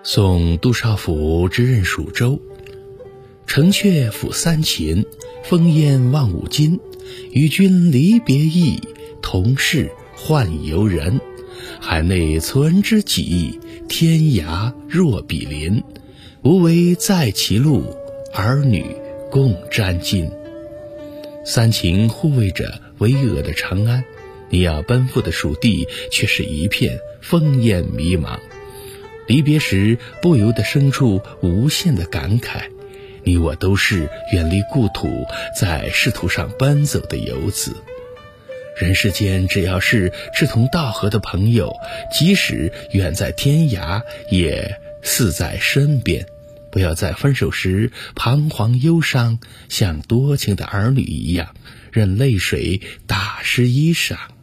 送杜少府之任蜀州，城阙辅三秦，烽烟望五津。与君离别意，同是宦游人。海内存知己，天涯若比邻。无为在歧路，儿女共沾巾。三秦护卫着巍峨的长安，你要奔赴的蜀地却是一片烽烟迷茫。离别时不由得生出无限的感慨，你我都是远离故土，在仕途上奔走的游子。人世间只要是志同道合的朋友，即使远在天涯，也似在身边。不要在分手时彷徨忧伤，像多情的儿女一样，任泪水打湿衣裳。